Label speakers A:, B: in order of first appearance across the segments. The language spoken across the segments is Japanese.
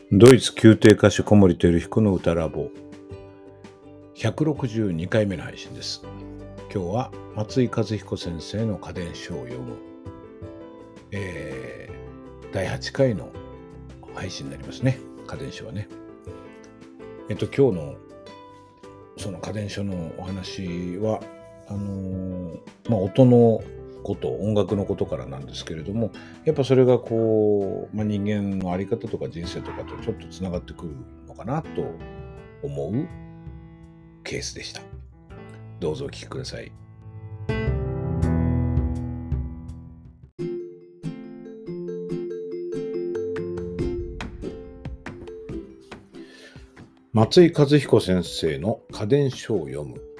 A: ドイツ宮廷歌手小森照彦の歌ラボ162回目の配信です。今日は松井和彦先生の家電書を読む、第8回の配信になりますね。家電書はね。今日のその家電書のお話は音のこと、音楽のことからなんですけれども、やっぱそれが人間の在り方とか人生とかとちょっとつながってくるのかなと思うケースでした。どうぞお聞きください。松井和彦先生の家電書を読む、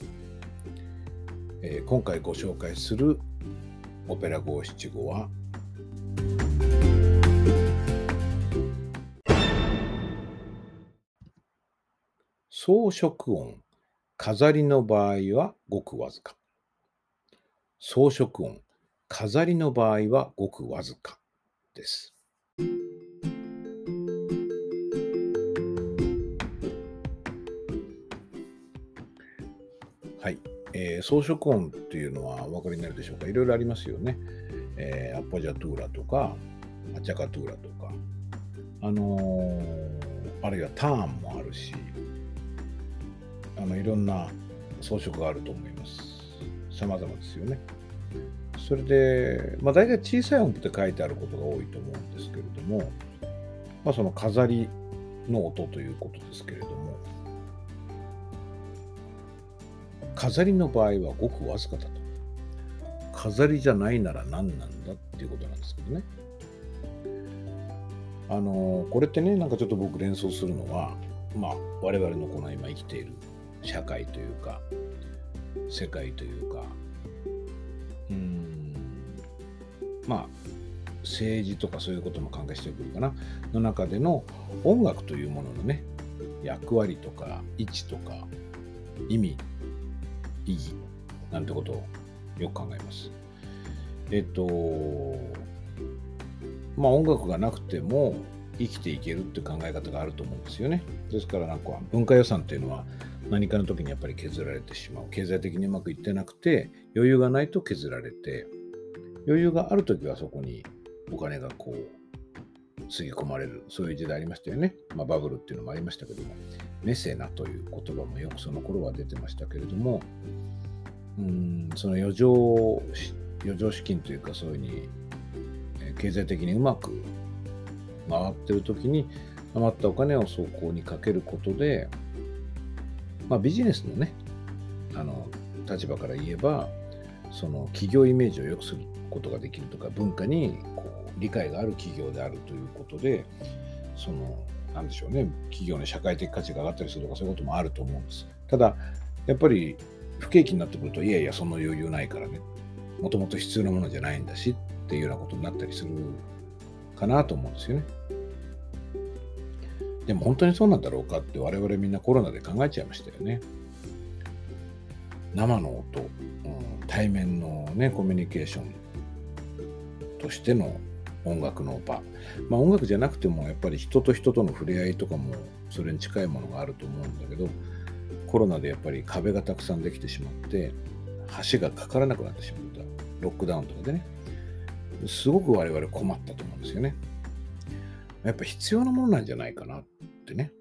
A: 今回ご紹介するオペラ五七五は装飾音、飾りの場合はごくわずか。装飾音、飾りの場合はごくわずかです。はい。装飾音っていうのはお分かりになるでしょうか。いろいろありますよね。アッポジャトゥーラとかアチャカトゥーラとか、あるいはターンもあるし、いろんな装飾があると思います。様々ですよね。それで、大体小さい音符って書いてあることが多いと思うんですけれども、その飾りの音ということですけれども、飾りの場合はごくわずかだと。飾りじゃないなら何なんだっていうことなんですけどね。これってね、ちょっと僕連想するのは、我々のこの今生きている社会というか、世界というか、政治とかそういうことも関係してくるかな、の中での音楽というもののね、役割とか位置とか意味、意義なんてことをよく考えます。音楽がなくても生きていけるって考え方があると思うんですよね。ですから文化予算っていうのは何かの時にやっぱり削られてしまう。経済的にうまくいってなくて余裕がないと削られて、余裕がある時はそこにお金がつぎ込まれる、そういう時代ありましたよね。バブルっていうのもありましたけども、メセナという言葉もよくその頃は出てましたけれども、その余剰資金というか、そういうふうに経済的にうまく回ってる時に余ったお金をそこにかけることで、ビジネスのね、立場から言えば、その企業イメージを良くすることができるとか、文化に理解がある企業であるということで、なんでしょうね、企業の社会的価値が上がったりするとか、そういうこともあると思うんです。ただやっぱり不景気になってくると、いやいやその余裕ないからね、もともと必要なものじゃないんだしっていうようなことになったりするかなと思うんですよね。でも本当にそうなんだろうかって我々みんなコロナで考えちゃいましたよね。生の音、対面のね、コミュニケーションとしての音楽の場、音楽じゃなくてもやっぱり人と人との触れ合いとかもそれに近いものがあると思うんだけど、コロナでやっぱり壁がたくさんできてしまって橋がかからなくなってしまった、ロックダウンとかでね、すごく我々困ったと思うんですよね。やっぱ必要なものなんじゃないかなってね。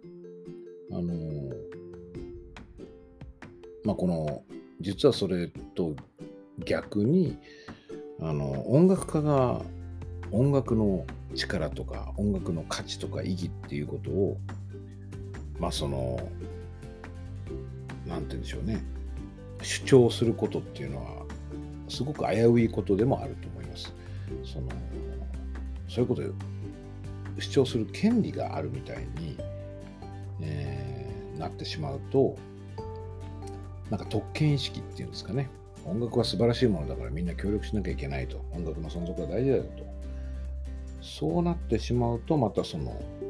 A: 実はそれと逆に音楽家が音楽の力とか音楽の価値とか意義っていうことをなんて言うんでしょうね、主張することっていうのはすごく危ういことでもあると思います。そういうことを主張する権利があるみたいに、なってしまうと、特権意識っていうんですかね、音楽は素晴らしいものだからみんな協力しなきゃいけないと、音楽の存続は大事だよと、そうなってしまうと、またさっ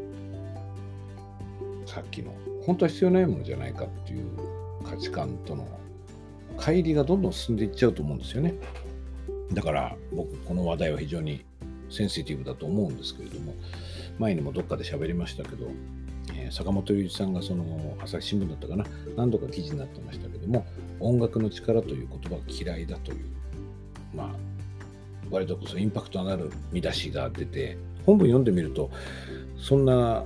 A: きの本当は必要ないものじゃないかっていう価値観との乖離がどんどん進んでいっちゃうと思うんですよね。だから僕この話題は非常にセンシティブだと思うんですけれども、前にもどっかで喋りましたけど、坂本龍一さんがその朝日新聞だったかな、何度か記事になってましたけども、音楽の力という言葉が嫌いだという、割とインパクトのある見出しが出て、本文読んでみると、そんな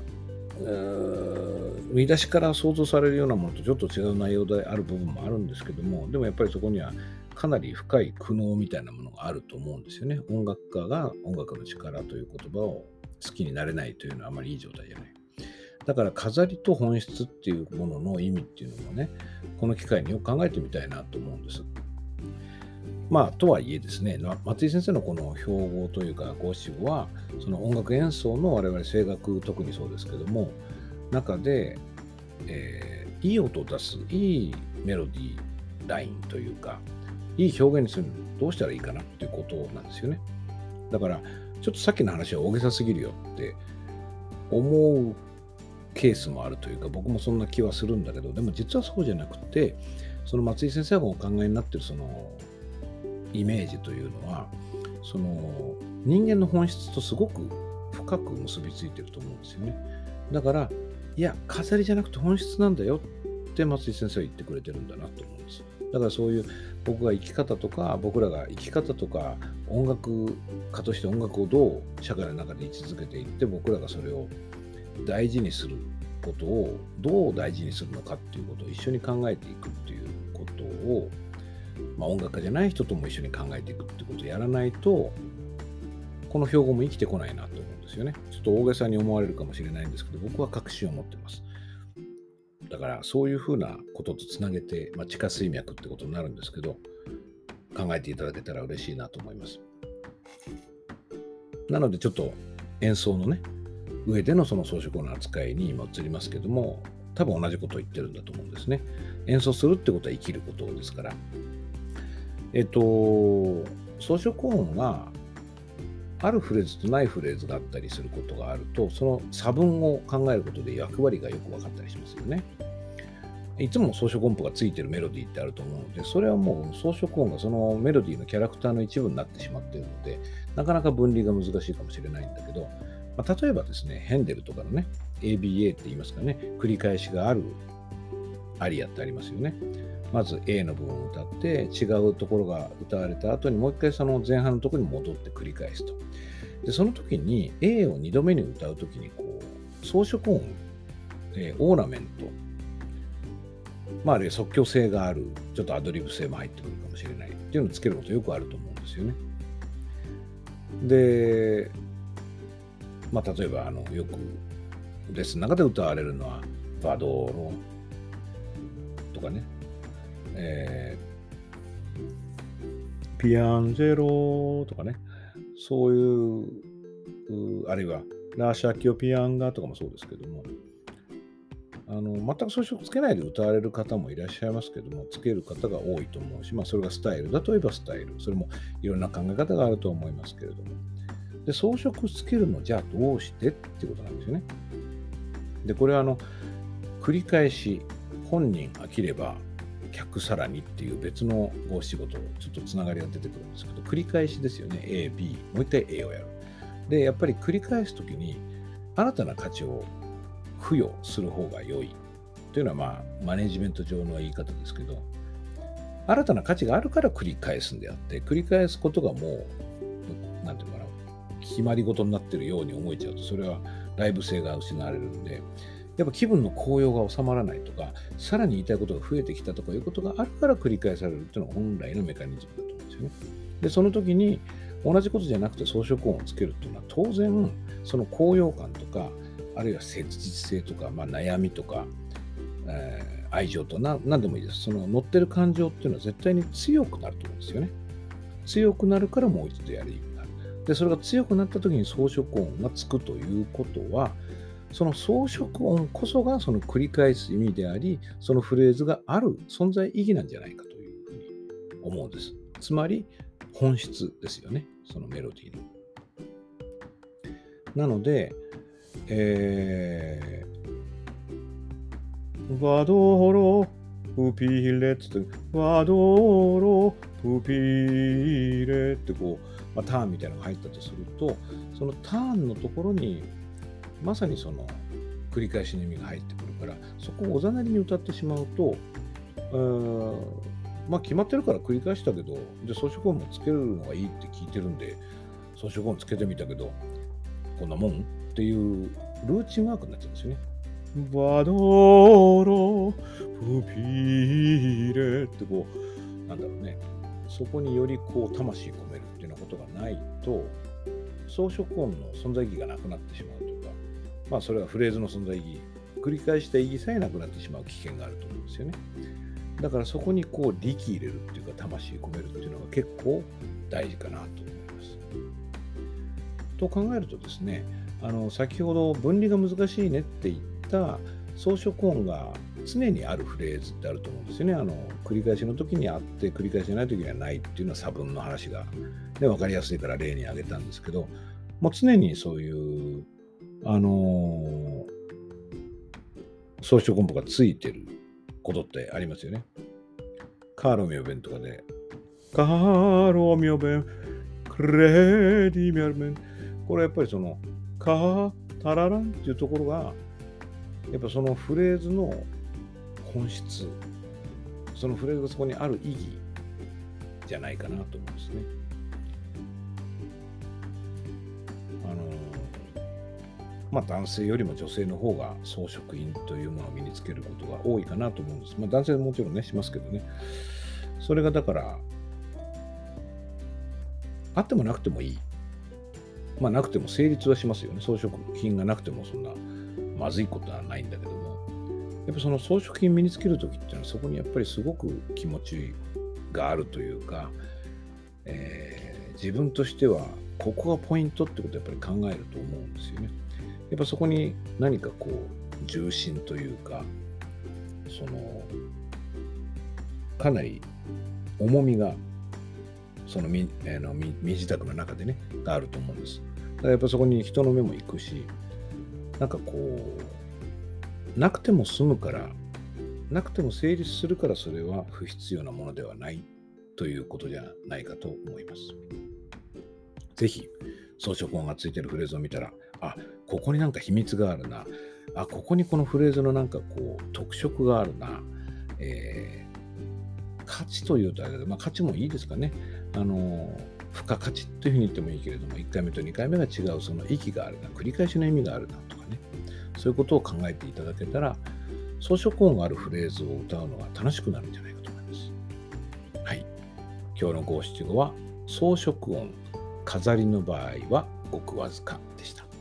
A: 見出しから想像されるようなものとちょっと違う内容である部分もあるんですけども、でもやっぱりそこにはかなり深い苦悩みたいなものがあると思うんですよね。音楽家が音楽の力という言葉を好きになれないというのはあまりいい状態じゃない。だから飾りと本質っていうものの意味っていうのもね、この機会によく考えてみたいなと思うんです。とはいえですね、松井先生のこの標語というか五七五は、その音楽演奏の我々声楽、特にそうですけども、中で、いい音を出す、いいメロディーラインというか、いい表現にするのどうしたらいいかなっていうことなんですよね。だから、ちょっとさっきの話は大げさすぎるよって思うケースもあるというか、僕もそんな気はするんだけど、でも実はそうじゃなくて、その松井先生がお考えになっているそのイメージというのは、その人間の本質とすごく深く結びついていると思うんですよね。だから、いや、飾りじゃなくて本質なんだよって松井先生は言ってくれてるんだなと思うんです。だからそういう僕が生き方とか、僕らが生き方とか、音楽家として音楽をどう社会の中で位置づけていって、僕らがそれを大事にすることをどう大事にするのかっていうことを一緒に考えていくっていうことを、音楽家じゃない人とも一緒に考えていくってことをやらないと、この標語も生きてこないなと思うんですよね。ちょっと大げさに思われるかもしれないんですけど、僕は確信を持ってます。だからそういうふうなこととつなげて、地下水脈ってことになるんですけど、考えていただけたら嬉しいなと思います。なのでちょっと演奏のね、上でのその装飾の扱いに今移りますけども、多分同じことを言ってるんだと思うんですね。演奏するってことは生きることですから。装飾音があるフレーズとないフレーズがあったりすることがあると、その差分を考えることで役割がよく分かったりしますよね。いつも装飾音符がついてるメロディーってあると思うので、それはもう装飾音がそのメロディーのキャラクターの一部になってしまっているので、なかなか分離が難しいかもしれないんだけど、例えばですね、ヘンデルとかのね、ABA って言いますかね、繰り返しがあるアリアってありますよね。まず A の部分を歌って、違うところが歌われた後にもう一回その前半のところに戻って繰り返すと。で、その時に A を2度目に歌う時に装飾音、オーナメント、あるいは即興性がある、ちょっとアドリブ性も入ってくるかもしれないっていうのをつけることよくあると思うんですよね。で、例えばよくレッスンの中で歌われるのはバドーロとかね、ピアンジェロとかね、そういう、あるいはラーシャキオピアンガとかもそうですけども、全く装飾つけないで歌われる方もいらっしゃいますけども、つける方が多いと思うし、それがスタイルだといえばスタイル、それもいろんな考え方があると思いますけれども、で、装飾つけるのじゃあどうしてっていうことなんですよね。で、これは繰り返し、本人飽きれば客さらにっていう別の五七五とちょっとつながりが出てくるんですけど、繰り返しですよね。A、B、もう一回 A をやる。で、やっぱり繰り返すときに新たな価値を付与する方が良いというのはマネジメント上の言い方ですけど、新たな価値があるから繰り返すんであって、繰り返すことがもう、なんていうのかな、決まり事になっているように思えちゃうと、それはライブ性が失われるんで、やっぱ気分の高揚が収まらないとか、さらに言いたいことが増えてきたとかいうことがあるから繰り返されるっていうのが本来のメカニズムだと思うんですよね。で、その時に同じことじゃなくて装飾音をつけるっていうのは当然、その高揚感とか、あるいは切実性とか、悩みとか、愛情と何でもいいです。その乗ってる感情っていうのは絶対に強くなると思うんですよね。強くなるからもう一度やる意味がある。で、それが強くなった時に装飾音がつくということは、その装飾音こそがその繰り返す意味であり、そのフレーズがある存在意義なんじゃないかというふうに思うんです。つまり本質ですよね、そのメロディーの。なので、バドロウピレッツ、バドロプピーレってこう、ターンみたいなのが入ったとすると、そのターンのところにまさにその繰り返しの意味が入ってくるから、そこをおざなりに歌ってしまうと、決まってるから繰り返したけど、で装飾音もつけるのがいいって聞いてるんで、装飾音つけてみたけど、こんなもんっていうルーチンワークになっちゃうんですよね。バドロプピーレってこう、なんだろうね、そこによりこう魂込めるっていうようなことがないと、装飾音の存在意義がなくなってしまうというか、それはフレーズの存在意義、繰り返した意義さえなくなってしまう危険があると思うんですよね。だからそこにこう力入れるっていうか、魂込めるっていうのが結構大事かなと思います。と考えるとですね、先ほど分離が難しいねって言った装飾音が常にあるフレーズってあると思うんですよね。繰り返しの時にあって繰り返しじゃない時にはないっていうのは差分の話が、分かりやすいから例に挙げたんですけど、もう常にそういう装飾音符がついてることってありますよね。カーロミョベンとかで、カーロミョベン、クレディミャルメン。これやっぱりその、カータラランっていうところが、やっぱそのフレーズの本質、そのフレーズがそこにある意義じゃないかなと思うんですね。男性よりも女性の方が装飾品というものを身につけることが多いかなと思うんです。男性ももちろんね、しますけどね。それがだから、あってもなくてもいい。なくても成立はしますよね。装飾品がなくてもそんなまずいことはないんだけども、やっぱその装飾品身につけるときっていうのはそこにやっぱりすごく気持ちがあるというか、自分としてはここがポイントってことをやっぱり考えると思うんですよね。やっぱそこに何かこう重心というか、かなり重みがその身支度の中でねがあると思うんです。だからやっぱそこに人の目も行くし、なんかこうなくても済むから、なくても成立するから、それは不必要なものではないということじゃないかと思います。ぜひ装飾音がついてるフレーズを見たら、ここになんか秘密があるな、ここにこのフレーズのなんかこう特色があるな、価値というとあれだけど、価値もいいですかね。付加価値というふうに言ってもいいけれども、1回目と2回目が違うその意義があるな、繰り返しの意味があるなとかね、そういうことを考えていただけたら、装飾音があるフレーズを歌うのが楽しくなるんじゃないかと思います。はい。今日の五七五は、装飾音、飾りの場合はごくわずかでした。